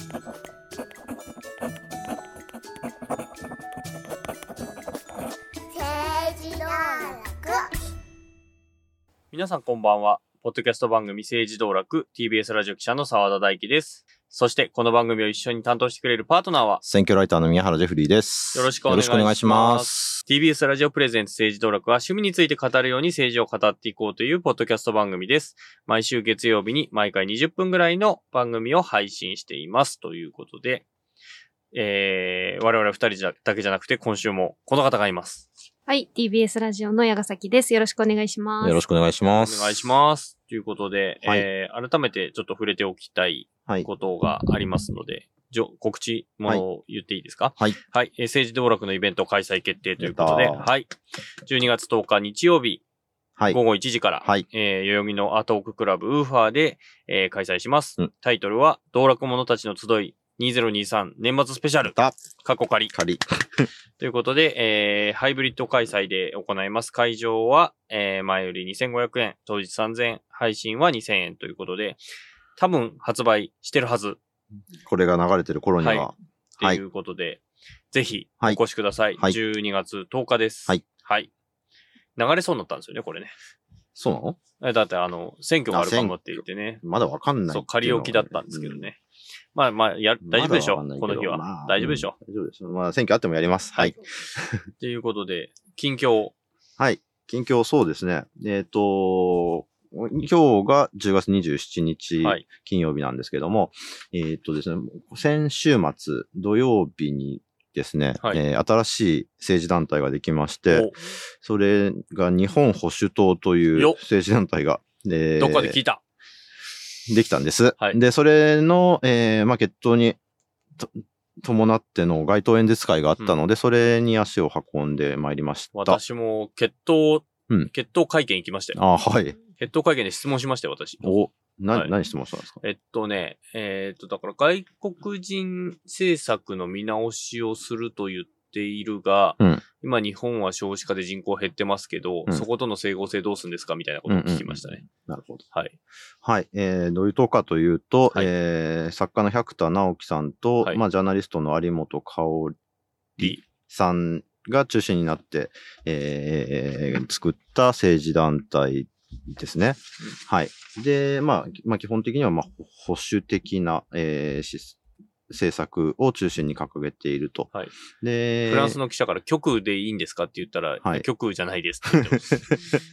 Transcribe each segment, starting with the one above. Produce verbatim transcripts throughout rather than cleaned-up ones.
政治道楽。 皆さんこんばんは。ポッドキャスト番組政治道楽 ティービーエス ラジオ記者の澤田大樹です。そしてこの番組を一緒に担当してくれるパートナーは選挙ライターの宮原ジェフリーです。 よろしくお願いします。よろしくお願いします。ティービーエス ラジオプレゼンツ政治道楽は趣味について語るように政治を語っていこうというポッドキャスト番組です。毎週月曜日に毎回にじゅっぷんぐらいの番組を配信していますということで、えー、我々二人じゃだけじゃなくて今週もこの方がいます。 はい、ティービーエス ラジオの矢ヶ崎です。よろしくお願いします。 よろしくお願いします。 お願いします。ということで、 はい、 えー、改めてちょっと触れておきたいことがありますので、はい、じょ告知ものを言っていいですか？ はい。 はい。えー、政治道楽のイベント開催決定ということで、はい。じゅうにがつとおか日曜日、はい、ごごいちじから、はい、えー、代々木のアートオーククラブウーファーで、えー、開催します。うん、タイトルは、道楽者たちの集いにせんにじゅうさん年末スペシャル。過去仮。 仮。 ということで、えー、ハイブリッド開催で行います。会場は、えー、前よりにせんごひゃくえん、当日さんぜんえん、配信はにせんえんということで、多分発売してるはず。 これが流れてる頃には。 はい。ということで、はい、ぜひお越しください。はい、じゅうにがつとおかです。はい。はい。流れそうになったんですよね、これね。 そうなの？ えだってあの、選挙があるかもって言ってね。 まだわかんない。 そう、仮置きだったんですけどね。うん、まあまあ、や、大丈夫でしょ、ま、この日は、まあ。大丈夫でしょ、 うん、大丈夫です。まあ、選挙あってもやります。はい。 ということで、近況。 はい。近況そうですね。えっと、今日がじゅうがつにじゅうしちにち、はい、金曜日なんですけども、えっとですね、先週末土曜日にですね、はい、えー、新しい政治団体ができまして、それが日本保守党という政治団体が、 えー、どっかで聞いた。 できたんです。はい、で、それの、えー、まあ、決闘に伴っての街頭演説会があったので、うん、それに足を運んでまいりました。 私も決闘、うん、決闘会見行きましたよ。 あ、はい。 決闘会見で質問しましたよ、私。 お、な、はい、何質問したんですか？ えっとね、えー、っと、だから外国人政策の見直しをすると言っているが、うん、今日本は少子化で人口減ってますけど、うん、そことの整合性どうするんですかみたいなことを聞きましたね。 うんうんうん、なるほど。 はい。 はい。えー、どういう党かというと、はい、えー、作家の百田直樹さんと、はい、まあ、ジャーナリストの有本香織さんが中心になって、えー、作った政治団体ですね。うん、はい。で、まあ、まあ、基本的には、まあ、保守的な、えー、政策を中心に掲げていると。はい。 で、フランスの記者から極右でいいんですかって言ったら、はい、極右じゃないですって言ってます。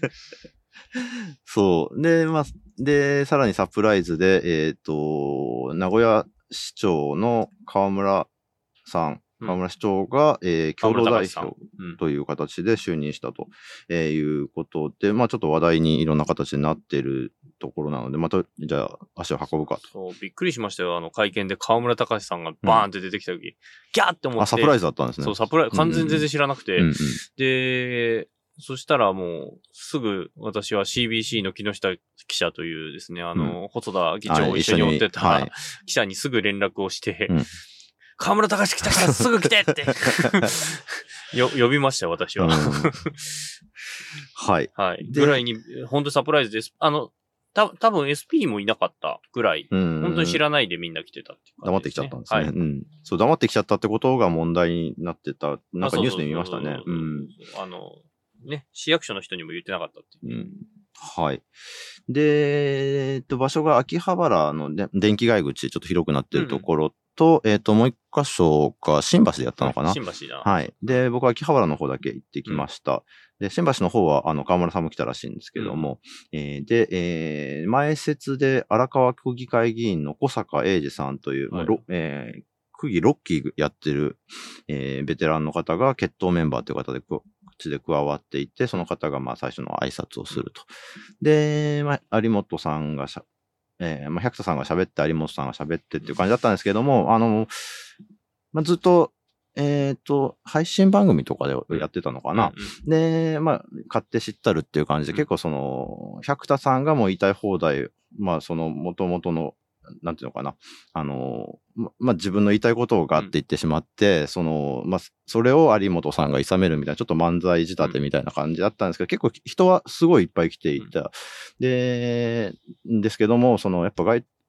そう。で、まあ、で、さらにサプライズで、えっと、名古屋市長の河村さん、河村市長が、うん、えー、共同代表という形で就任したと、うん、えー、いうことで、まあちょっと話題にいろんな形になっているところなので、また、じゃあ足を運ぶかと。 そう、びっくりしましたよ。あの会見で河村隆さんがバーンって出てきた時、うん、ギャーって思って。 あ、サプライズだったんですね。 そう、サプライズ、完全に全然知らなくて。うんうん、で、そしたらもう、すぐ私は シービーシー の木下記者というですね、あの、うん、細田議長を一緒に追ってた記者にすぐ連絡をして、うん、河村隆来たからすぐ来てってよ呼びましたよ、私は。うん、 はい。 はい。ぐらいに、本当にサプライズです。あの、た多分 エスピー もいなかったぐらい、本当に知らないでみんな来てたっていう感じですね。 黙ってきちゃったんですね。はい。うん。そう、黙ってきちゃったってことが問題になってた。なんかニュースで見ましたね。うん。 あの、ね、市役所の人にも言ってなかったっていう。 うん。はい。で、えっと、場所が秋葉原の、ね、電気街口、ちょっと広くなってるところと、うん、えっと、もう一箇所が新橋でやったのかな、はい、 新橋だ。 はい。で、僕は秋葉原の方だけ行ってきました。うん、で、新橋の方は、あの、河村さんも来たらしいんですけども、うん、えー、で、えー、前説で荒川区議会議員の小坂英二さんという、はい、まあえー、区議ろっきやってる、えー、ベテランの方が決闘メンバーという方で、口で加わっていて、その方がまあ最初の挨拶をすると。で、まあ、有本さんがしゃ、えー、まあ、百田さんが喋って、有本さんが喋ってっていう感じだったんですけども、あの、まあ、ずっと、えっと、配信番組とかでやってたのかな。うんうん、で、まあ、買って知ったるっていう感じで、結構その、百田さんがもう言いたい放題、まあ、その、元々の、なんていうのかな。あの、ま、まあ、自分の言いたいことがあって言ってしまって、うん、その、まあ、それを有本さんが諌めるみたいな、ちょっと漫才仕立てみたいな感じだったんですけど、結構人はすごいいっぱい来ていた。うん、で、ですけども、その、やっぱ外、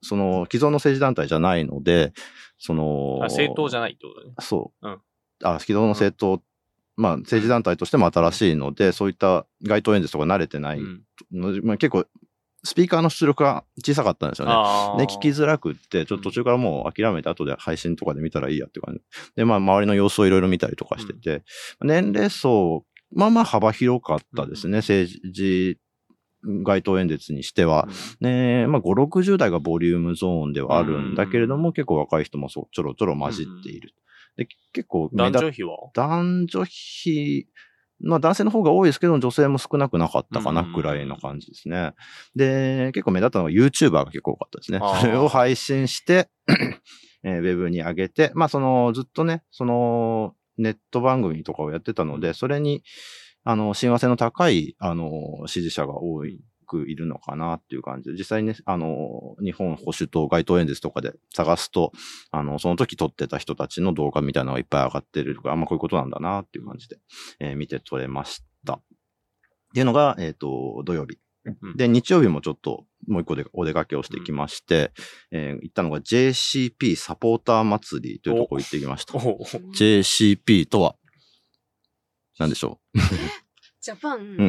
その、既存の政治団体じゃないので、その、 あ政党じゃないってことね。 そう。 うん。 あ、既存の政党、うん、まあ、政治団体としても新しいので、うん、そういった街頭演説とか慣れてないので、うん、まあ、結構、スピーカーの出力が小さかったんですよね。で、聞きづらくって、ちょっと途中からもう諦めて後で配信とかで見たらいいやって感じ。で、まあ、周りの様子をいろいろ見たりとかしてて、うん、年齢層、まあまあ幅広かったですね、うん、政治、街頭演説にしては。うん、ね、まあ、ご、ろくじゅう代がボリュームゾーンではあるんだけれども、うん、結構若い人もそうちょろちょろ混じっている。で、結構、 男女比は男女比、まあ男性の方が多いですけど、女性も少なくなかったかな、くらいの感じですね。で、結構目立ったのが YouTuber が結構多かったですね。それを配信して、えー、ウェブに上げて、まあその、ずっとね、その、ネット番組とかをやってたので、それに、あの、親和性の高い、あの、支持者が多い。いるのかなっていう感じで、実際にね、あの、日本保守党街頭演説とかで探すと、あの、その時撮ってた人たちの動画みたいなのがいっぱい上がってるとか、あんまこういうことなんだなっていう感じで、えー、見て取れました。っていうのが、えっと、土曜日。で、日曜日もちょっともう一個でお出かけをしてきまして、うん、えー、行ったのが ジェーシーピー サポーター祭りというところ行ってきました。ジェーシーピー とは、何でしょうジャパン。 うん。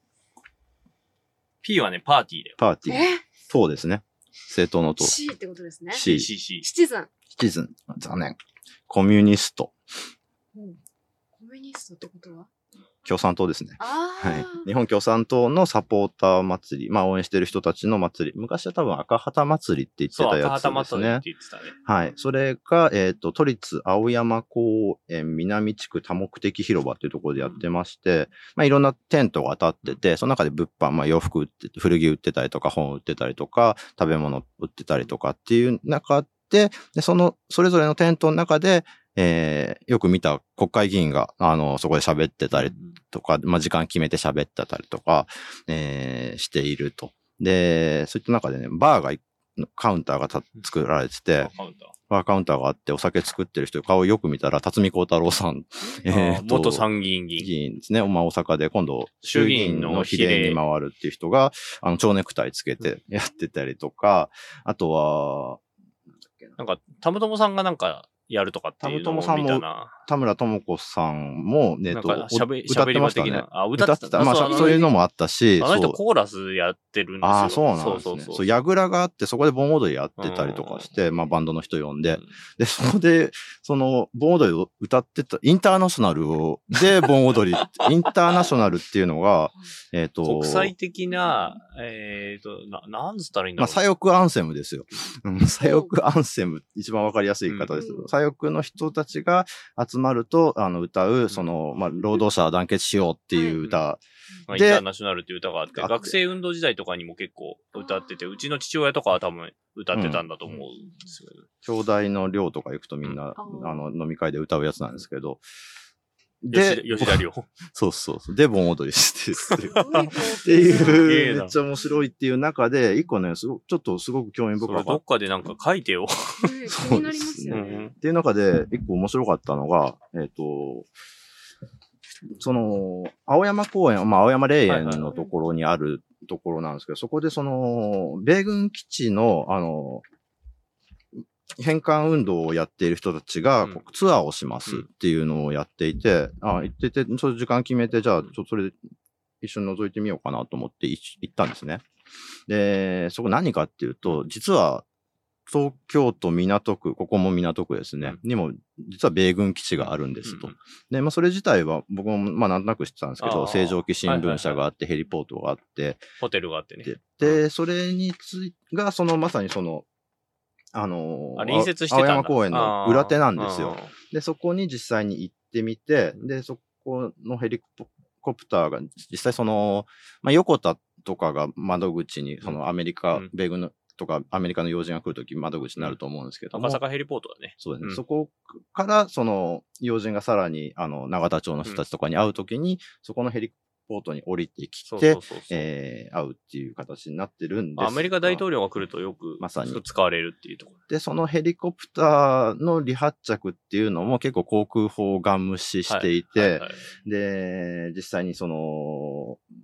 P はね、パーティーだよ。 パーティー。党ですね。政党の党。 C ってことですね。 C。 C、C。 シチズン。 シチズン。残念。コミュニスト。 うん、コミュニストってことは共産党ですね。 あはい。日本共産党のサポーター祭り。まあ応援してる人たちの祭り。昔は多分赤旗祭りって言ってたやつですね。 赤旗祭りって言ってたね。 はい。それが、えっと、都立青山公園南地区多目的広場っていうところでやってまして、うん、まあいろんなテントが立ってて、その中で物販、まあ洋服売ってて、古着売ってたりとか、本売ってたりとか、食べ物売ってたりとかっていう中で、で、その、それぞれのテントの中で、えー、よく見た国会議員が、あの、そこで喋ってたりとか、まあ、時間決めて喋ってたりとか、えー、していると。で、そういった中でね、バーが、カウンターがた作られてて、バーカウンターがあって、お酒作ってる人、顔をよく見たら、辰巳孝太郎さん、 えー、元参議院議員。 議員ですね。まあ、大阪で今度、衆議院の比例に回るっていう人が、あの、蝶ネクタイつけてやってたりとか、あとは、 なんか、たむともさんがなんか、やるとかっていうのを見たな。 たむともさんも、田村智子さんも、ね、 なんかしゃべ、歌ってましたね。あ、歌ってた。 まあ、そういうのもあったし。 あの人コーラスやってるんですよ。 ああ、そうなんですね。そうそうそう。そう、やぐらがあって、そこで盆踊りやってたりとかして、まあ、バンドの人呼んで。で、そこで、その、盆踊りを歌ってた、インターナショナルを、で、盆踊り、インターナショナルっていうのが、えっと、 国際的な、えっと、な、なんつったらいいんだろう。 まあ、左翼アンセムですよ。うん、左翼アンセム、一番わかりやすい言い方です。うん、左翼の人たちが集まると、あの、歌う、その、まあ、労働者は団結しようっていう歌。 うん、インターナショナルっていう歌があって、学生運動時代とかにも結構歌ってて、うちの父親とかは多分歌ってたんだと思うんですよね。 兄弟の寮とか行くとみんな、うん、あの、飲み会で歌うやつなんですけど、で、 吉田寮。 そうそうそう。で、盆踊りしてっていう。っていう、めっちゃ面白いっていう中で、一個ね、すごく、ちょっとすごく興味深かった。 どっかでなんか書いてよ。 そうですね。っていう中で、一個面白かったのが、えっと、その、青山公園、まあ、青山霊園のところにあるところなんですけど、そこでその、米軍基地の、あの、返還運動をやっている人たちがツアーをしますっていうのをやっていて、うん、あ、行ってて、そういう時間決めて、じゃあ、ちょっとそれで一緒に覗いてみようかなと思って行ったんですね。で、そこ何かっていうと、実は東京都港区、ここも港区ですね、うん、にも実は米軍基地があるんですと。うん、で、まあそれ自体は僕もまあなんとなく知ってたんですけど、星条旗新聞社があって、ヘリポートがあって、 ホテルがあってね。 で、それについが、そのまさにその、あのー、 あ、隣接してたんだ。 青山公園の裏手なんですよ。で、そこに実際に行ってみて、で、そこのヘリコプターが、実際その、まあ、横田とかが窓口に、そのアメリカ、うん、米軍の、とかアメリカの要人が来るとき窓口になると思うんですけども。 赤坂ヘリポートだね。 そうですね。うん、そこから、その、要人がさらに、あの、永田町の人たちとかに会うときに、うん、そこのヘリポートに降りてきて、えー、会うっていう形になってるんですが。 アメリカ大統領が来るとよく、まさに使われるっていうところ。 で、そのヘリコプターの離発着っていうのも結構航空法をガン無視していて、はいはいはい、で、実際にその、まあ、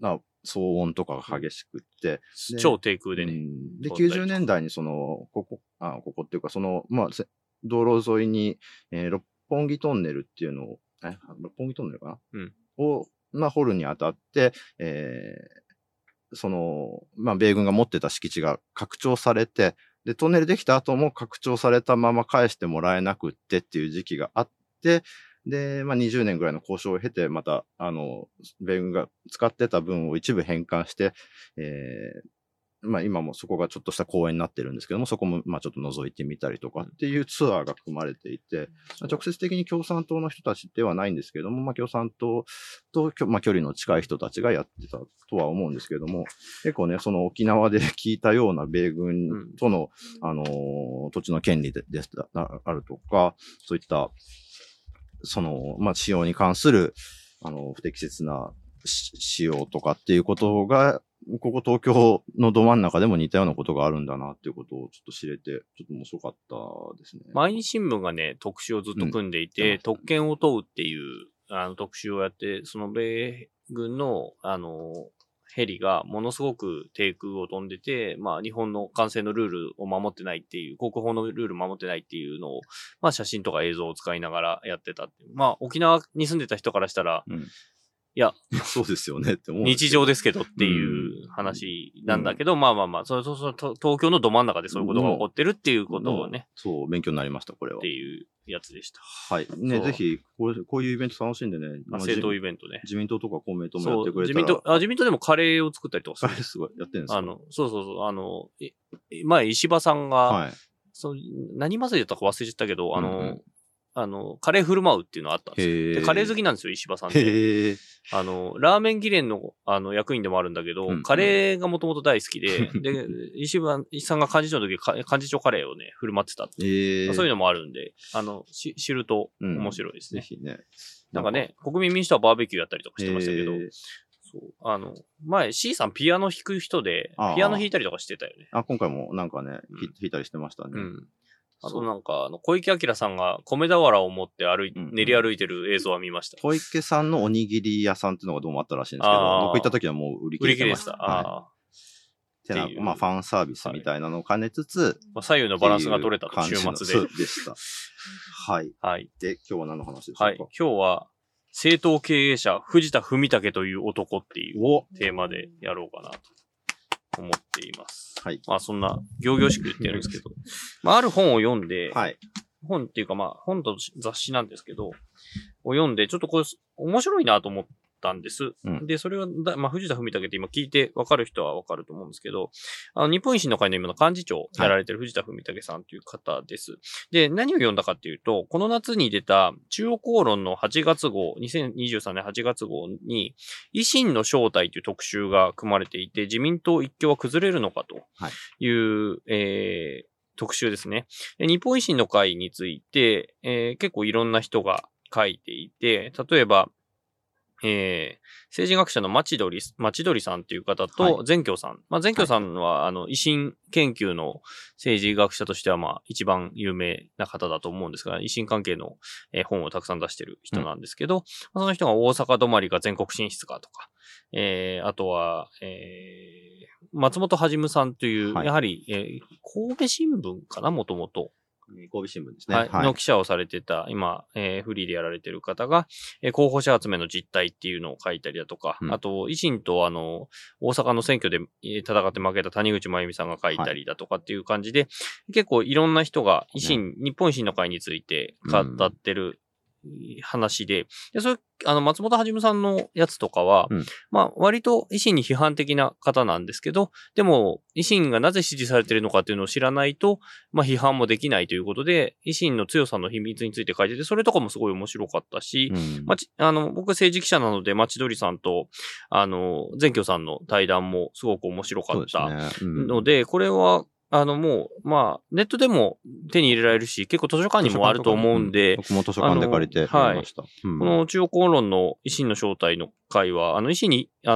騒音とかが激しくって、 超低空でね。 うん、で、きゅうじゅうねんだいにその、ここ、あ、ここっていうか、その、まあ、道路沿いに、えー、六本木トンネルっていうのを、え、六本木トンネルかな、 うん、 を、まあ、掘るにあたって、えー、その、まあ、米軍が持ってた敷地が拡張されて、で、トンネルできた後も拡張されたまま返してもらえなくってっていう時期があって、で、まあ、にじゅうねんぐらいの交渉を経て、また、あの、米軍が使ってた分を一部返還して、えー、まあ今もそこがちょっとした公園になってるんですけども、そこもまあちょっと覗いてみたりとかっていうツアーが組まれていて、まあ、直接的に共産党の人たちではないんですけども、まあ共産党と、まあ、距離の近い人たちがやってたとは思うんですけども、結構ね、その沖縄で聞いたような米軍との、うん、あのー、土地の権利でですあるとか、そういった、その、まあ使用に関する、あの、不適切な使用とかっていうことが、ここ東京のど真ん中でも似たようなことがあるんだなっていうことをちょっと知れて、ちょっと面白かったですね。 毎日新聞がね、特集をずっと組んでいて、うん、特権を問うっていうあの特集をやって、その米軍の、あの、ヘリがものすごく低空を飛んでて、まあ日本の管制のルールを守ってないっていう、国法のルール守ってないっていうのを、まあ写真とか映像を使いながらやってたっていう。まあ沖縄に住んでた人からしたら、うんいや、 そうですよねって思う。 日常ですけどっていう話なんだけど、うん、まあまあまあ、そうそうそう、東京のど真ん中でそういうことが起こってるっていうことをね。 そう、勉強になりました、これは。 っていうやつでした。 はい。ね、ぜひこう、こういうイベント楽しんでね。 政党イベントね。 自民党とか公明党もやってくれたら。 自民党、あ、自民党でもカレーを作ったりとかする。すごい。やってるんですか？ あの、そうそうそう、あの、前石破さんが、はい、そう、何祭りだったか忘れちゃったけど、あの、うんうんあの、カレー振る舞うっていうのがあったんですよ。で、カレー好きなんですよ、石破さんって。あの、ラーメン議連の、あの、役員でもあるんだけど、うんうん、カレーがもともと大好きで、で、石破さんが幹事長の時、幹事長カレーをね、振る舞ってたっていう。そういうのもあるんで、あの、し知ると面白いですね。 うん、ね。 なんかね、国民民主党はバーベキューやったりとかしてましたけど、そう。あの、前 C さんピアノ弾く人で、ピアノ弾いたりとかしてたよね。 あ、今回もなんかね、うん、弾いたりしてましたね。 うんあとなんか、あの、小池晃さんが米俵を持って歩い、練り歩いてる映像は見ました。 小池さんのおにぎり屋さんっていうのがどうもあったらしいんですけど、僕行った時はもう売り切れてました。売り切れてた。ああ。てな、まあファンサービスみたいなのを兼ねつつ、はい、 まあ、左右のバランスが取れたと週末で。 そうでした。はい。 はい。 で、今日は何の話でしょうか？はい。 今日は、政党経営者、藤田文武という男っていうテーマでやろうかなと思っています。 はい。 まあそんな、行々しく言ってるんですけど、まあある本を読んで、 はい。 本っていうかまあ本と雑誌なんですけど、を読んで、ちょっとこれ面白いなと思ったんです。うん、で、それはだ、まあ藤田文武って今聞いて分かる人は分かると思うんですけど、あの日本維新の会の今の幹事長をやられてる藤田文武さんという方です。はい、で、何を読んだかっていうと、この夏に出た中央公論のはちがつごう、にせんにじゅうさんねんはちがつごうに、維新の正体という特集が組まれていて、自民党一強は崩れるのかという、はい、えー、特集ですね。日本維新の会について、えー、結構いろんな人が書いていて、例えば、えー、政治学者の町鳥、町鳥さんという方と、善教さん。はい、まあ、善教さんは、あの、維新研究の政治学者としては、まあ、一番有名な方だと思うんですが、維新関係の、えー、本をたくさん出してる人なんですけど、うん、その人が大阪止まりが全国進出かとか、えー、あとは、えー、松本はじむさんという、はい、やはり、えー、神戸新聞かな、もともと。 神戸新聞ですね。 はい。はい、の記者をされてた、今、えー、フリーでやられてる方が、えー、候補者集めの実態っていうのを書いたりだとか、うん、あと、維新とあの、大阪の選挙で戦って負けた谷口真由美さんが書いたりだとかっていう感じで、はい、結構いろんな人が維新、ね、日本維新の会について語ってる話で、で、それ、あの、松本はじむさんのやつとかは、うん、まあ、割と維新に批判的な方なんですけど、でも、維新がなぜ支持されているのかっていうのを知らないと、まあ、批判もできないということで、維新の強さの秘密について書いてて、それとかもすごい面白かったし、うん、まあ、あの、僕政治記者なので、町鳥さんと、あの、善教さんの対談もすごく面白かったので、これは、あの、もう、まあ、ネットでも手に入れられるし、結構図書館にもあると思うんで、 うん、僕も図書館で借りて読みました。 はいうん、この中央公論の維新の正体の会は、あの、維新に、あの、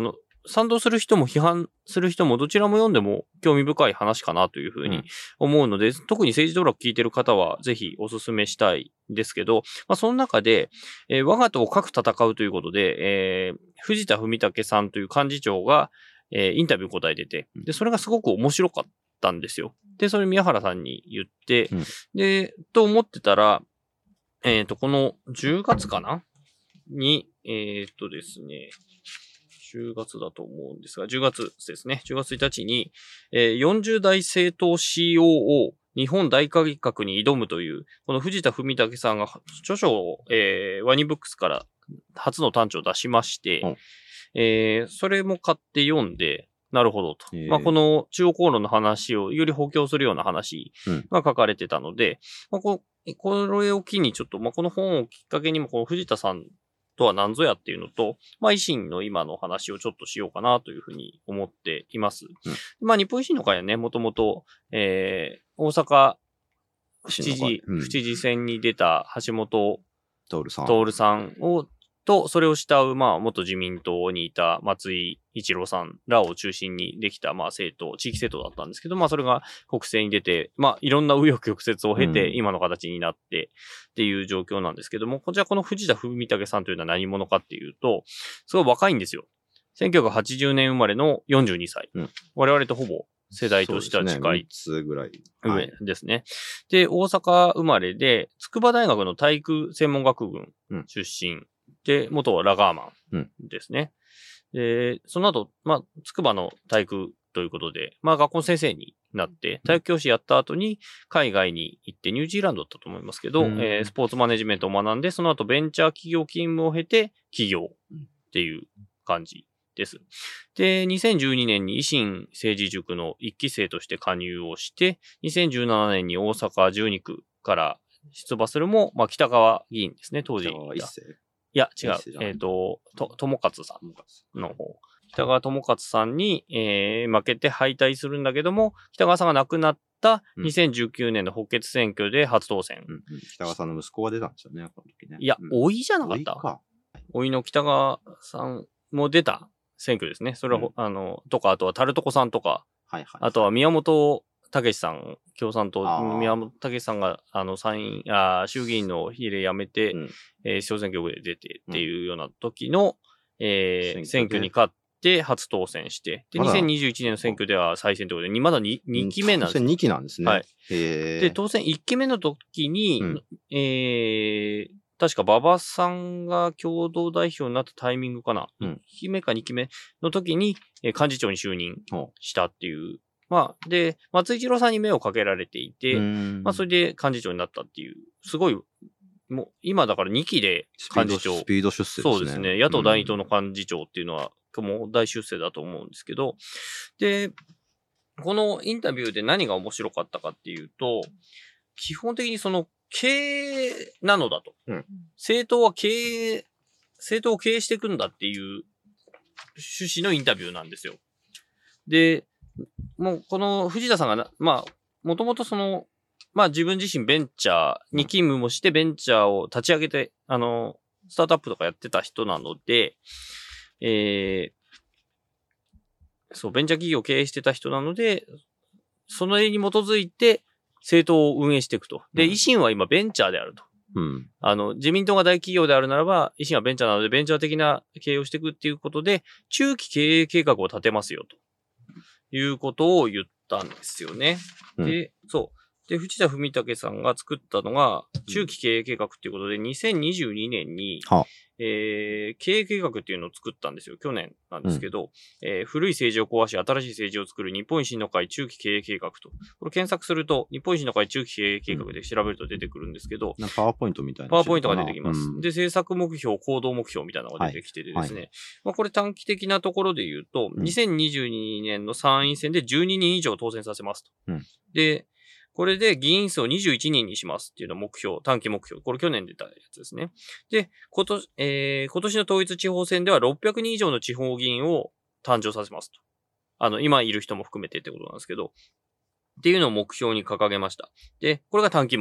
賛同する人も批判する人もどちらも読んでも興味深い話かなというふうに思うので、うん、特に政治道楽聞いてる方はぜひお勧めしたいんですけど、まあ、その中で、えー、我が党を核戦うということで、えー、藤田文武さんという幹事長が、えー、インタビュー答えてて、で、それがすごく面白かったんですよ。で、それ宮原さんに言って、うん、で、と思ってたら、えっと、このじゅうがつかなに、えっとですね、じゅうがつだと思うんですが、じゅうがつですね。じゅうがつついたちに、えー、よんじゅう代政党 シーオーオー 日本大改革に挑むという、この藤田文武さんが著書を、えー、ワニブックスから初の短調を出しまして、うん、えー、それも買って読んで、なるほどと。まあ、この中央公論の話をより補強するような話が書かれてたので、うん、まあ、こ, これを機にちょっと、まあ、この本をきっかけにも、この藤田さんとは何ぞやっていうのと、まあ、維新の今の話をちょっとしようかなというふうに思っています。うん、まあ、日本維新の会はね、もともと、えー、大阪府知事、うん、府知事選に出た橋本徹さん。 徹さんを、と、それを慕う、まあ、元自民党にいた松井一郎さんらを中心にできた、まあ、政党、地域政党だったんですけど、まあ、それが国政に出て、まあ、いろんな紆余曲折を経て、今の形になって、っていう状況なんですけども、こちらこの藤田文武さんというのは何者かっていうと、すごい若いんですよ。せんきゅうひゃくはちじゅうねん生まれのよんじゅうにさい。うん、我々とほぼ世代としては近い。 そうですね、みっつぐらい。 上ですね。はい、で、大阪生まれで、筑波大学の体育専門学群出身。うんで、元ラガーマンですね。うん、で、その後、まあ、筑波の体育ということで、まあ、学校の先生になって、体育教師やった後に海外に行って、ニュージーランドだったと思いますけど、うん、えー、スポーツマネジメントを学んで、その後ベンチャー企業勤務を経て、起業っていう感じです。で、にせんじゅうにねんに維新政治塾の一期生として加入をして、にせんじゅうななねんに大阪じゅうにくから出馬するも、まあ、北川議員ですね、当時。 北川一世いや、違う。えっ、ー、と、と、友勝さんの方。北川友勝さんに、えー、負けて敗退するんだけども、北川さんが亡くなったにせんじゅうきゅうねんの補欠選挙で初当選。 うんうん、北川さんの息子が出たんですよね、この時ね。 いや、おい、うん、じゃなかった。か。おいの北川さんも出た選挙ですね。それは、うん、あの、とか、あとはタルトコさんとか、はいはいはい、あとは宮本武さん、共産党、宮本武さんが、あの、参院、あ衆議院の比例辞めて、うん、えー、小選挙区で出てっていうような時の、うん、えー、選挙に勝って初当選して、で、にせんにじゅういちねんの選挙では再選ということで、まだ 2, 2期目なんです。 当選にきなんですね。 はい。へで、当選いっきめの時に、うん、えー、確か馬場さんが共同代表になったタイミングかな。うん、いっきめかにきめの時に、えー、幹事長に就任したっていう。まあ、で、松井一郎さんに目をかけられていて、まあ、それで幹事長になったっていう、すごい、もう、今だからにきで幹事長。 スピード出世ですね。 そうですね。野党第二党の幹事長っていうのは、もう大出世だと思うんですけど、で、このインタビューで何が面白かったかっていうと、基本的にその、経営なのだと。うん、政党は経営、政党を経営していくんだっていう趣旨のインタビューなんですよ。で、もう、この藤田さんがな、まあ、もともとその、まあ自分自身ベンチャーに勤務もしてベンチャーを立ち上げて、あの、スタートアップとかやってた人なので、えー、そう、ベンチャー企業を経営してた人なので、その絵に基づいて政党を運営していくと。で、維新は今ベンチャーであると。うん、あの、自民党が大企業であるならば、維新はベンチャーなので、ベンチャー的な経営をしていくっていうことで、中期経営計画を立てますよと。いうことを言ったんですよね。うん、で、そう。で、藤田文武さんが作ったのが、中期経営計画っていうことで、にせんにじゅうにねんに、はえー、経営計画っていうのを作ったんですよ。去年なんですけど、うんえー、古い政治を壊し、新しい政治を作る日本維新の会中期経営計画と。これ検索すると、日本維新の会中期経営計画で調べると出てくるんですけど、 うん、パワーポイントみたいな。 パワーポイントが出てきます。うん、で、政策目標、行動目標みたいなのが出てきててですね。はいはい、まあ、これ短期的なところで言うと、うん、にせんにじゅうにねんの参院選でじゅうににん以上当選させますと。うん、で、これで議員数をにじゅういちにんにしますっていうのを目標、短期目標。これ去年出たやつですね。で、今年、えー、今年の統一地方選ではろっぴゃくにん以上の地方議員を誕生させますと。あの、今いる人も含めてってことなんですけど、っていうのを目標に掲げました。で、これが短期目標。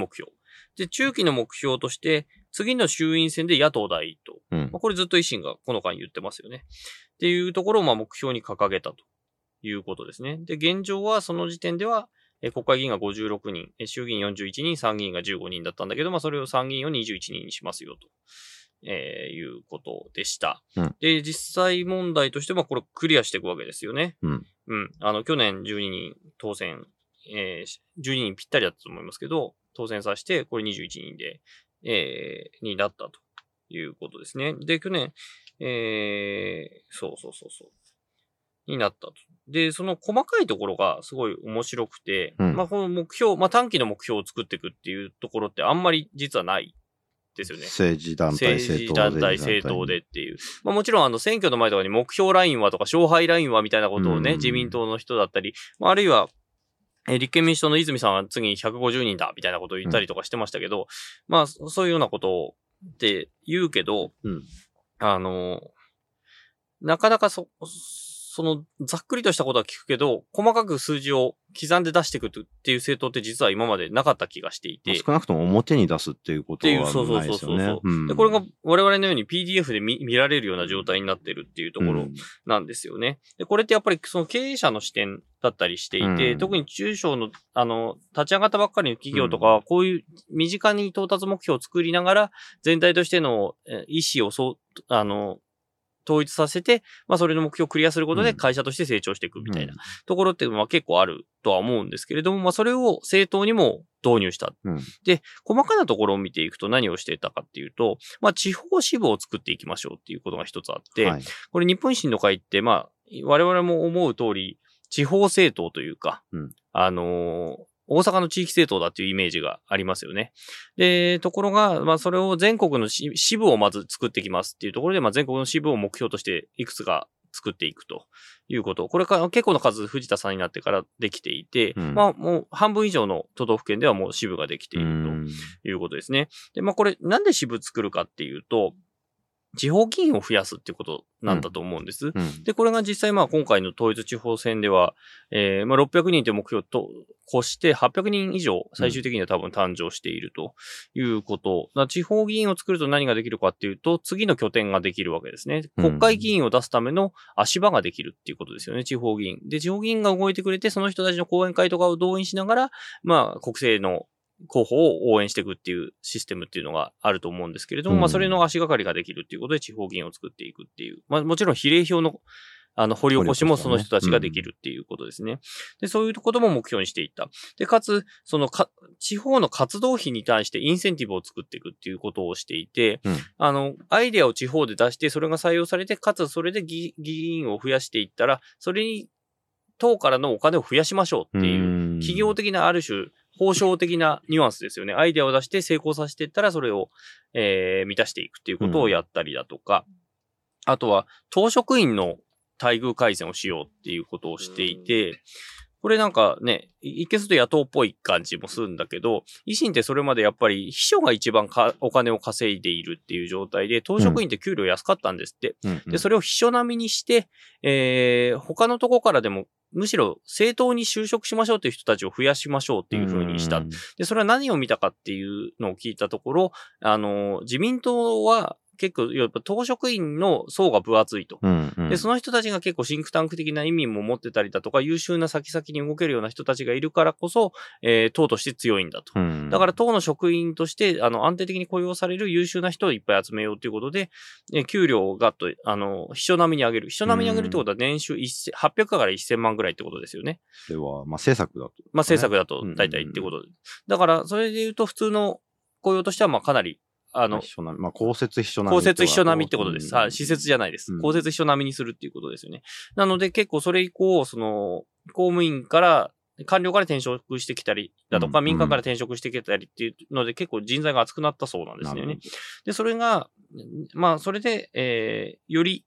で、中期の目標として、次の衆院選で野党第一党。 うんまあ、これずっと維新がこの間言ってますよね。っていうところをまあ目標に掲げたということですね。で、現状はその時点では、え国会議員がごじゅうろくにん、え衆議院よんじゅういちにん、参議院がじゅうごにんだったんだけど、まあそれを参議院をにじゅういちにんにしますよと。えー、いうことでした、 うん。 で、実際問題としてはこれクリアしていくわけですよね。 うん。 うん。あの、去年じゅうににん当選、えー、じゅうににんぴったりだったと思いますけど、当選させて、これにじゅういちにんで、えー、になったということですね。で、去年、えー、そうそうそうそう。になったと。で、その細かいところがすごい面白くて、 うん、 まあ、この目標、まあ、短期の目標を作っていくっていうところってあんまり実はないですよね。 政治団体、 政治団体、政党でっていう。まあ、もちろんあの選挙の前とかに目標ラインはとか勝敗ラインはみたいなことをね、自民党の人だったり、まあ、あるいは、えー、立憲民主党の泉さんは次ひゃくごじゅうにんだみたいなことを言ったりとかしてましたけど、うん、まあそういうようなことをって言うけど、 うん、 あの、なかなかそ、そのざっくりとしたことは聞くけど、細かく数字を刻んで出していくっていう政党って実は今までなかった気がしていて。 少なくとも表に出すっていうことはないですよね。 そうそうそうそう、うん、で。これが我々のように ピーディーエフ で 見, 見られるような状態になってるっていうところなんですよね。で、これってやっぱりその経営者の視点だったりしていて、うん、特に中小の、あの、立ち上がったばっかりの企業とかは、こういう身近に到達目標を作りながら、全体としての意思をそう、あの、統一させて、まあそれの目標をクリアすることで会社として成長していくみたいなところってまあ結構あるとは思うんですけれども、まあそれを政党にも導入した。 うん、 で、細かなところを見ていくと何をしていたかっていうと、まあ地方支部を作っていきましょうっていうことが一つあって、はい、これ日本維新の会ってまあ我々も思う通り地方政党というか、 うん、 あのー、大阪の地域政党だっていうイメージがありますよね。で、ところが、まあ、それを全国の支部をまず作っていきますっていうところで、まあ、全国の支部を目標としていくつか作っていくということ。これから結構な数、藤田さんになってからできていて、うん、まあ、もう半分以上の都道府県ではもう支部ができているということですね。で、まあ、これなんで支部作るかっていうと、地方議員を増やすっていうことなんだと思うんです。 うんうん、 で、これが実際まあ今回の統一地方選では、えー、まあろっぴゃくにんという目標と越してはっぴゃくにん以上最終的には多分誕生しているということ。うん、地方議員を作ると何ができるかっていうと、次の拠点ができるわけですね。国会議員を出すための足場ができるっていうことですよね、地方議員。で、地方議員が動いてくれて、その人たちの講演会とかを動員しながら、まあ国政の候補を応援していくっていうシステムっていうのがあると思うんですけれども、うん、まあそれの足がかりができるっていうことで地方議員を作っていくっていう。まあもちろん比例票のあの掘り起こしもその人たちができるっていうことですね。うん、で、そういうことも目標にしていった。で、かつ、そのか、地方の活動費に対してインセンティブを作っていくっていうことをしていて、 うん、 あの、アイデアを地方で出して、それが採用されて、かつそれで議員を増やしていったら、それに党からのお金を増やしましょうっていう、企業的なある種、報奨的なニュアンスですよね。アイデアを出して成功させていったら、それを、えー、満たしていくっていうことをやったりだとか、うん、あとは、党職員の待遇改善をしようっていうことをしていて、これなんかね、一見すると野党っぽい感じもするんだけど、維新ってそれまでやっぱり秘書が一番かお金を稼いでいるっていう状態で、党職員って給料安かったんですって。 うん、 で、それを秘書並みにして、えー、他のとこからでも、むしろ政党に就職しましょうという人たちを増やしましょうっていう風にした。で、それは何を見たかっていうのを聞いたところ、あの、自民党は結構、やっぱ党職員の層が分厚いと、 うんうん。 で、その人たちが結構シンクタンク的な意味も持ってたりだとか、優秀な先々に動けるような人たちがいるからこそ、えー、党として強いんだと。 うん、 だから党の職員として、あの、安定的に雇用される優秀な人をいっぱい集めようということで、えー、給料をガッと、あの、秘書並みに上げる。秘書並みに上げるってことは年収はっぴゃくからせんまんぐらいってことですよね。 それは、まあ、政策だと、ね。 まあ、政策だと大体ってことで。うんうん、だから、それで言うと普通の雇用としては、まあ、かなり、あの、 まあ、公設秘書並み。 公設秘書並みってことです。はい、施設じゃないです。公設秘書並みにするっていうことですよね。なので結構それ以降、その、公務員から、官僚から転職してきたりだとか、うん、民間から転職してきたりっていうので結構人材が厚くなったそうなんですよね。で、それが、まあ、それで、えー、より、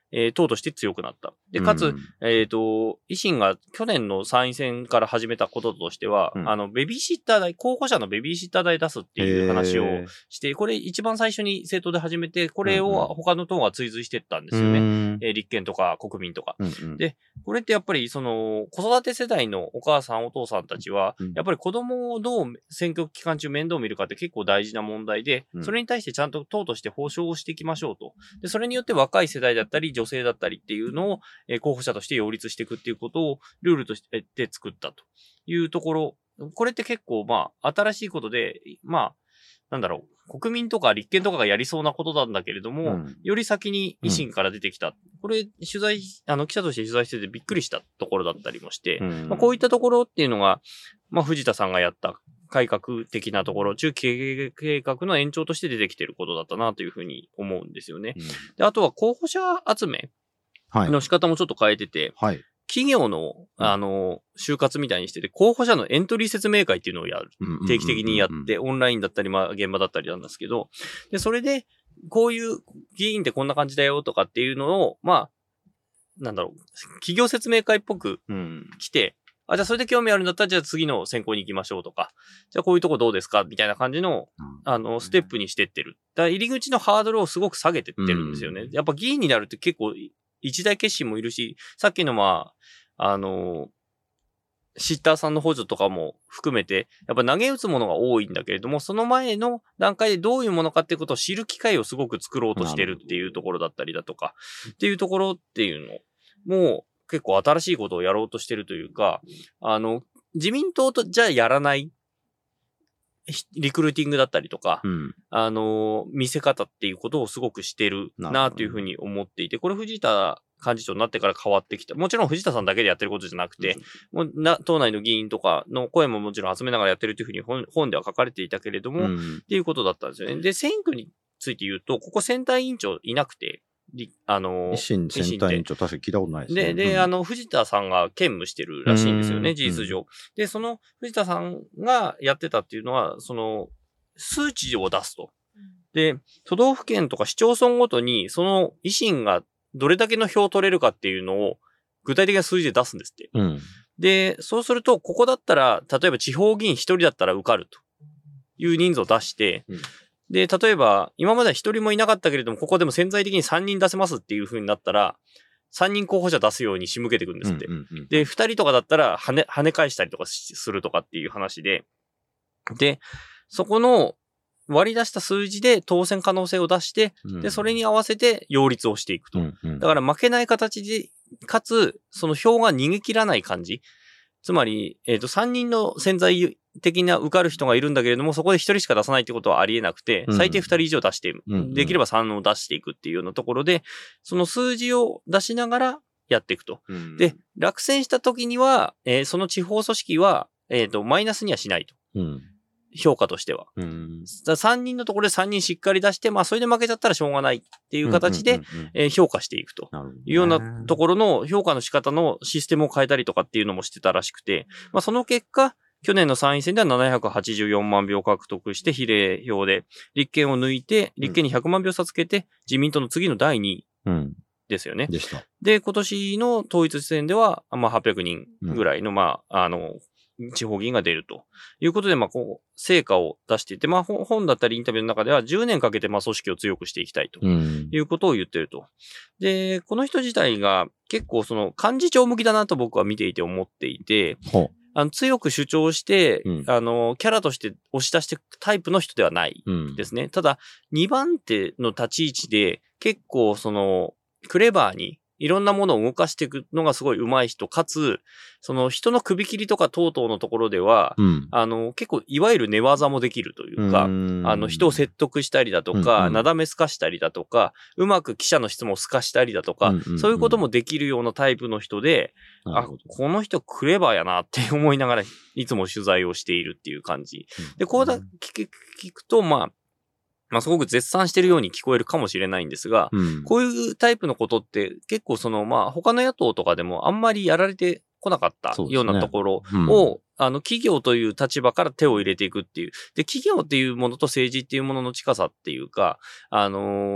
えー、党として強くなった。で、かつ、うん、えっと、維新が去年の参院選から始めたこととしては、うん、あの、ベビーシッター代、候補者のベビーシッター代出すっていう話をして、これ一番最初に政党で始めて、これを他の党が追随していったんですよね。うん、えー、立憲とか国民とか、うんうん。で、これってやっぱりその、子育て世代のお母さんお父さんたちは、うん、やっぱり子供をどう選挙期間中面倒見るかって結構大事な問題で、うん、それに対してちゃんと党として保障をしていきましょうと。で、それによって若い世代だったり、女性だったりっていうのを、えー、候補者として擁立していくっていうことをルールとして作ったというところ。これって結構まあ新しいことで、まあなんだろう、国民とか立憲とかがやりそうなことなんだけれども、うん、より先に維新から出てきた。うん、これ取材、あの記者として取材しててびっくりしたところだったりもして、うん、まあ、こういったところっていうのが、まあ藤田さんがやった改革的なところ、中期計画の延長として出てきていることだったなというふうに思うんですよね。うん、で、あとは候補者集めの仕方もちょっと変えてて、はいはい、企業の、あの、就活みたいにしてて、候補者のエントリー説明会っていうのをやる。定期的にやって、オンラインだったり、まあ、現場だったりなんですけど、で、それで、こういう議員ってこんな感じだよとかっていうのを、まあ、なんだろう、企業説明会っぽく来て、うん、あ、じゃあそれで興味あるんだったら、じゃあ次の選考に行きましょうとか、じゃあこういうとこどうですかみたいな感じの、あの、ステップにしてってる。だから入り口のハードルをすごく下げてってるんですよね。うん、やっぱ議員になるって結構、一大決心もいるし、さっきのまあ、あの、シッターさんの補助とかも含めて、やっぱ投げ打つものが多いんだけれども、その前の段階でどういうものかっていうことを知る機会をすごく作ろうとしてるっていうところだったりだとか、っていうところっていうのも結構新しいことをやろうとしてるというか、あの、自民党とじゃあやらないリクルーティングだったりとか、うん、あの、見せ方っていうことをすごくしてるなというふうに思っていて、これ藤田幹事長になってから変わってきた。もちろん藤田さんだけでやってることじゃなくて、うん、もうな党内の議員とかの声ももちろん集めながらやってるというふうに 本, 本では書かれていたけれども、うん、っていうことだったんですよね。で、選挙について言うと、ここ選対委員長いなくて、あの、 維新選対委員長確かに聞いたことないですね。 で、で、うん、あの、藤田さんが兼務してるらしいんですよね、事実上。で、その藤田さんがやってたっていうのは、その、数値を出すと。で、都道府県とか市町村ごとに、その維新がどれだけの票を取れるかっていうのを、具体的な数字で出すんですって。うん、で、そうすると、ここだったら、例えば地方議員一人だったら受かるという人数を出して、うん、で、例えば、今までは一人もいなかったけれども、ここでも潜在的に三人出せますっていう風になったら、三人候補者出すように仕向けていくんですって。うんうんうん、で、二人とかだったら跳ね、跳ね返したりとかするとかっていう話で、で、そこの割り出した数字で当選可能性を出して、うん、で、それに合わせて擁立をしていくと。うんうん、だから負けない形で、かつ、その票が逃げ切らない感じ。つまり、えっと、さんにんの潜在的な受かる人がいるんだけれども、そこでひとりしか出さないってことはありえなくて、うん、最低ふたり以上出して、うん、できればさんを出していくっていうようなところで、その数字を出しながらやっていくと。うん、で、落選した時には、えー、その地方組織は、えっと、マイナスにはしないと。うん評価としては。うん、さんにんのところでさんにんしっかり出して、まあそれで負けちゃったらしょうがないっていう形で、え評価していくというようなところの評価の仕方のシステムを変えたりとかっていうのもしてたらしくて、まあその結果、去年の参院選ではななひゃくはちじゅうよんまん票獲得して比例票で、立憲を抜いて、立憲にひゃくまん票差つけて、自民党の次のだいにいですよね。うん、でした。で、今年の統一選では、まあはっぴゃくにんぐらいの、まあ、あの、地方議員が出るということで、まあ、こう、成果を出していて、まあ、本だったりインタビューの中ではじゅうねんかけて、まあ、組織を強くしていきたいということを言ってると。うん、で、この人自体が結構その幹事長向きだなと僕は見ていて思っていて、あの強く主張して、うん、あの、キャラとして押し出していくタイプの人ではないですね。うん、ただ、にばん手の立ち位置で結構その、クレバーに、いろんなものを動かしていくのがすごい上手い人、かつ、その人の首切りとか等々のところでは、うん、あの、結構いわゆる寝技もできるというか、うあの、人を説得したりだとか、うんうん、なだめすかしたりだとか、うまく記者の質問をすかしたりだとか、うんうんうん、そういうこともできるようなタイプの人で、あ、この人クレバーやなって思いながら、いつも取材をしているっていう感じ。で、こうだ、聞く、聞くと、まあ、まあ、すごく絶賛してるように聞こえるかもしれないんですが、うん、こういうタイプのことって結構その、まあ、他の野党とかでもあんまりやられてこなかったようなところを、ねうん、あの、企業という立場から手を入れていくっていう。で、企業っていうものと政治っていうものの近さっていうか、あのー、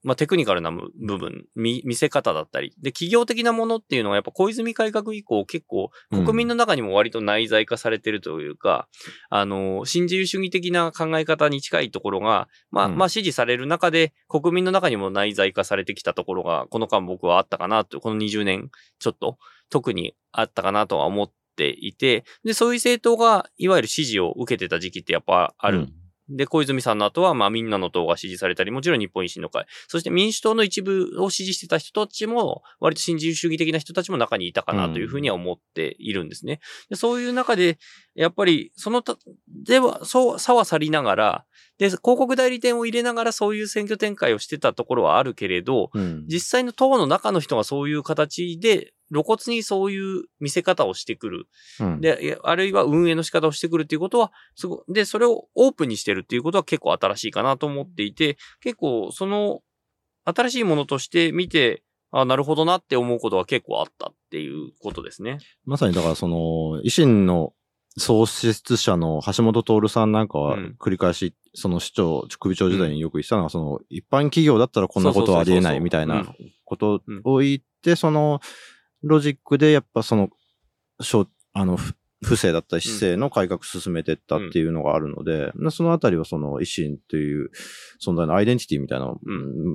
まあ、テクニカルな部分、見、見せ方だったり。で、企業的なものっていうのはやっぱ小泉改革以降結構国民の中にも割と内在化されてるというか、うん、あの、新自由主義的な考え方に近いところが、まあ、うん、まあ支持される中で国民の中にも内在化されてきたところが、この間僕はあったかなと、このにじゅうねんちょっと特にあったかなとは思っていて、で、そういう政党がいわゆる支持を受けてた時期ってやっぱある。うんで、小泉さんの後は、まあ、みんなの党が支持されたり、もちろん日本維新の会。そして民主党の一部を支持してた人たちも、割と新自由主義的な人たちも中にいたかなというふうには思っているんですね。でそういう中で、やっぱり、そのた、では、そう、差は去りながら、で、広告代理店を入れながらそういう選挙展開をしてたところはあるけれど、うん、実際の党の中の人がそういう形で、露骨にそういう見せ方をしてくる。うん、で、あるいは運営の仕方をしてくるっていうことは、すご、で、それをオープンにしてるっていうことは結構新しいかなと思っていて、結構その、新しいものとして見て、あ、なるほどなって思うことは結構あったっていうことですね。 まさにだからその、維新の創設者の橋本徹さんなんかは繰り返し、うん、その市長、首長時代によく言ってたのは、うん、その、一般企業だったらこんなことはありえないみたいなことを言って、その、ロジックでやっぱその、あの、不正だったり市政の改革進めてったっていうのがあるので、うん、そのあたりはその維新という存在のアイデンティティみたいな、うん、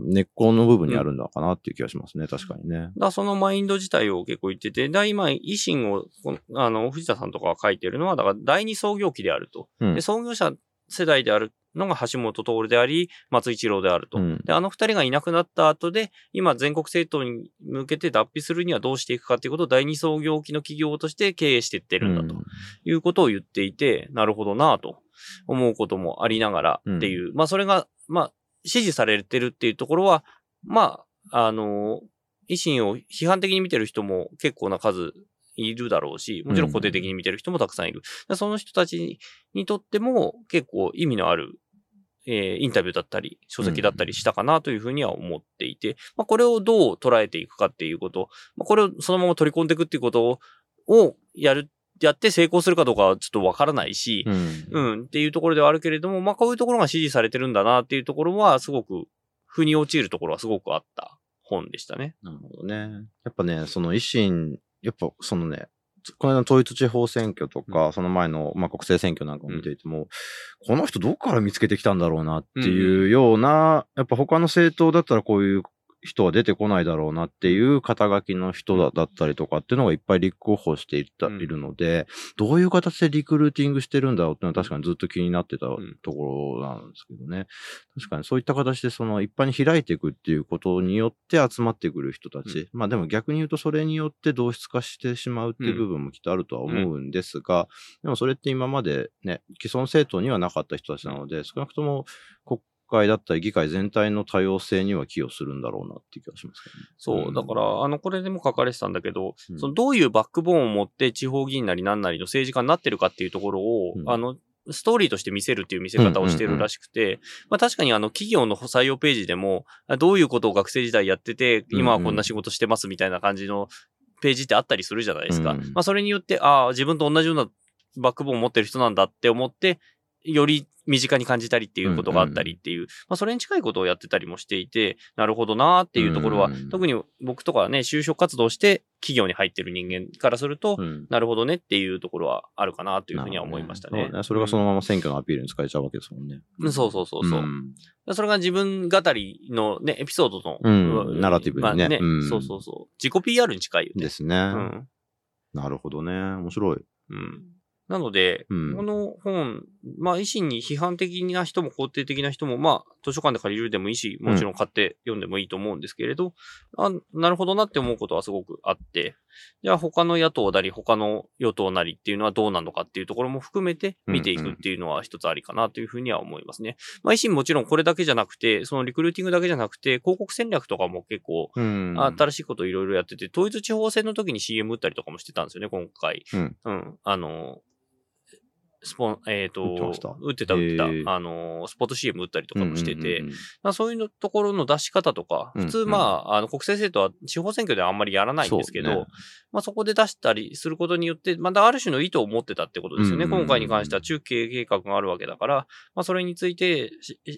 根っこの部分にあるんだかなっていう気がしますね、うん、確かにね。 だそのマインド自体を結構言ってて、だ今維新を、あの、藤田さんとかが書いてるのは、だから第二創業期であると。うん、で創業者世代であるのが橋本徹であり、松井一郎であると。うん、で、あの二人がいなくなった後で、今全国政党に向けて脱皮するにはどうしていくかということを第二創業期の企業として経営していってるんだということを言っていて、うん、なるほどなぁと思うこともありながらっていう、うん、まあそれが、まあ支持されてるっていうところは、まあ、あの、維新を批判的に見てる人も結構な数いるだろうし、もちろん固定的に見てる人もたくさんいる。うん、その人たちにとっても結構意味のある、えー、インタビューだったり、書籍だったりしたかなというふうには思っていて、まあ、これをどう捉えていくかっていうこと、まあ、これをそのまま取り込んでいくっていうことを、をやる、やって成功するかどうかはちょっとわからないし、うん、うん、っていうところではあるけれども、まあ、こういうところが支持されてるんだなっていうところは、すごく、腑に陥るところはすごくあった本でしたね。 なるほどね。やっぱね、その維新、やっぱそのね、この間の統一地方選挙とか、うん、その前の、まあ、国政選挙なんかを見ていても、うん、この人どこから見つけてきたんだろうなっていうような、うん、やっぱ他の政党だったらこういう人は出てこないだろうなっていう肩書きの人だったりとかっていうのがいっぱい立候補していった、うん、いるので、どういう形でリクルーティングしてるんだろうっていうのは確かにずっと気になってたところなんですけどね。確かにそういった形でその一般に開いていくっていうことによって集まってくる人たち。うん、まあでも逆に言うとそれによって同質化してしまうっていう部分もきっとあるとは思うんですが、うん、でもそれって今までね、既存政党にはなかった人たちなので、少なくとも国会だったり議会全体の多様性には寄与するんだろうなっていう気がしますけどね。 そう、うん、だから、あの、これでも書かれてたんだけど、うん、そのどういうバックボーンを持って地方議員なり何なりの政治家になってるかっていうところを、うん、あの、ストーリーとして見せるっていう見せ方をしてるらしくて、うんうんうん、まあ確かにあの企業の採用ページでも、どういうことを学生時代やってて、今はこんな仕事してますみたいな感じのページってあったりするじゃないですか。うん、まあそれによって、ああ、自分と同じようなバックボーンを持ってる人なんだって思って、より身近に感じたりっていうことがあったりっていう、うんうん、まあそれに近いことをやってたりもしていて、なるほどなーっていうところは、うんうん、特に僕とかね、就職活動して企業に入ってる人間からすると、うん、なるほどねっていうところはあるかなというふうには思いましたね。 ねそれがそのまま選挙のアピールに使えちゃうわけですもんね。 うん、そうそうそうそう、うん。それが自分語りのね、エピソードの、 うん、ナラティブにね、まあねうん、そうそうそう。自己 ピーアール に近いよね。 ですね。うん、なるほどね。面白い。 うんなので、うん、この本、まあ、維新に批判的な人も肯定的な人も、まあ、図書館で借りるでもいいし、もちろん買って読んでもいいと思うんですけれど、うん、あなるほどなって思うことはすごくあって、じゃあ他の野党なり、他の与党なりっていうのはどうなのかっていうところも含めて見ていくっていうのは一つありかなというふうには思いますね。まあ、維新もちろんこれだけじゃなくて、そのリクルーティングだけじゃなくて、広告戦略とかも結構、新しいことをいろいろやってて、統一地方選の時に シーエム 打ったりとかもしてたんですよね、今回。うん。うん、あの、スポン、えっ、ー、と、打ってた、打ってた、あのー、スポット シーエム 打ったりとかもしてて、うんうんうん、そういうのところの出し方とか、普通、うんうん、まあ、あの、国政政党は地方選挙ではあんまりやらないんですけど、ね、まあそこで出したりすることによって、またある種の意図を持ってたってことですよね。うんうんうん、今回に関しては中継計画があるわけだから、まあそれについて、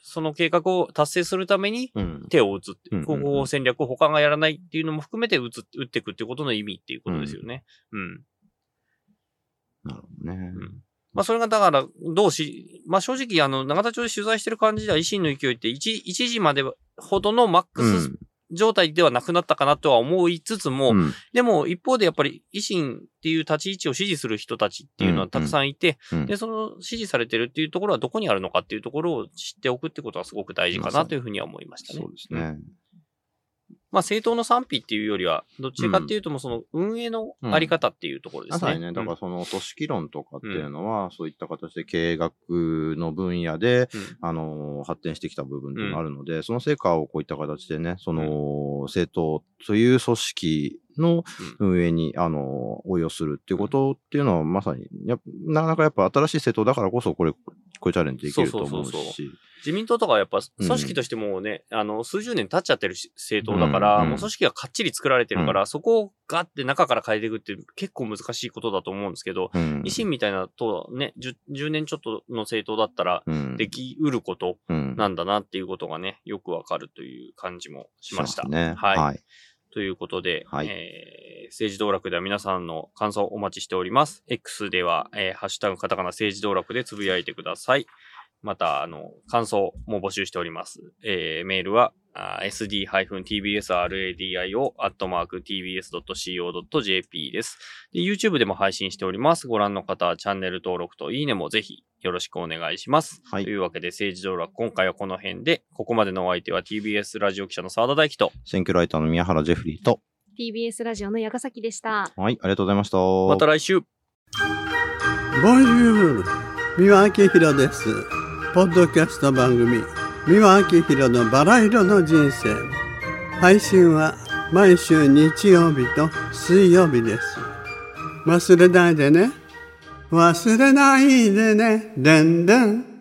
その計画を達成するために手を打つって、うん、広報戦略を他がやらないっていうのも含めて打つ、打っていくっていうことの意味っていうことですよね。うん。うん、 なるほどね。 うん、まあそれがだから、どうし、まあ正直あの、永田町で取材してる感じでは維新の勢いって一、一時までほどのマックス、うん状態ではなくなったかなとは思いつつも、うん、でも一方でやっぱり維新っていう立ち位置を支持する人たちっていうのはたくさんいて、うんうん、で、その支持されてるっていうところはどこにあるのかっていうところを知っておくってことはすごく大事かなというふうには思いましたね。 そうですね。うんまあ政党の賛否っていうよりは、どっちかっていうともその運営のあり方っていうところですね。 まさにね、だからその組織論とかっていうのは、うん、そういった形で経営学の分野で、うん、あの、発展してきた部分っていうのがあるので、うん、その成果をこういった形でね、その政党という組織の運営に、あの、応用するっていうことっていうのはまさに、やなかなかやっぱ新しい政党だからこそこれ、こういうチャレンジできると思うし。そうそうそうそう自民党とかはやっぱ組織としてもね、うん、あの、数十年経っちゃってる政党だから、うんうん、もう組織がかっちり作られてるから、うん、そこをガッて中から変えていくって結構難しいことだと思うんですけど、うん、維新みたいなとね10、じゅうねんちょっとの政党だったら、できうることなんだなっていうことがね、よくわかるという感じもしました。 ね、 はい。 はいということで、 はいえー、政治道楽では皆さんの感想をお待ちしております。X では、えー、ハッシュタグカタカナ政治道楽でつぶやいてください。また、あの、感想も募集しております。えー、メールは、エスディー ティービーエス ラディオ アットマーク ティービーエス ドット シーオー ドット ジェーピー です。で、YouTube でも配信しております。ご覧の方はチャンネル登録といいねもぜひよろしくお願いします。 はい。 というわけで、政治道楽、今回はこの辺で、ここまでのお相手は ティービーエス ラジオ記者の澤田大樹と、 選挙ライターの宮原ジェフリーと、 ティービーエス ラジオの矢ヶ崎でした。 はい、ありがとうございました。 また来週。 ボンジュール、三輪明宏です。ポッドキャスト番組、三輪明宏のバラ色の人生。配信は毎週日曜日と水曜日です。忘れないでね。忘れないでね。でんでん。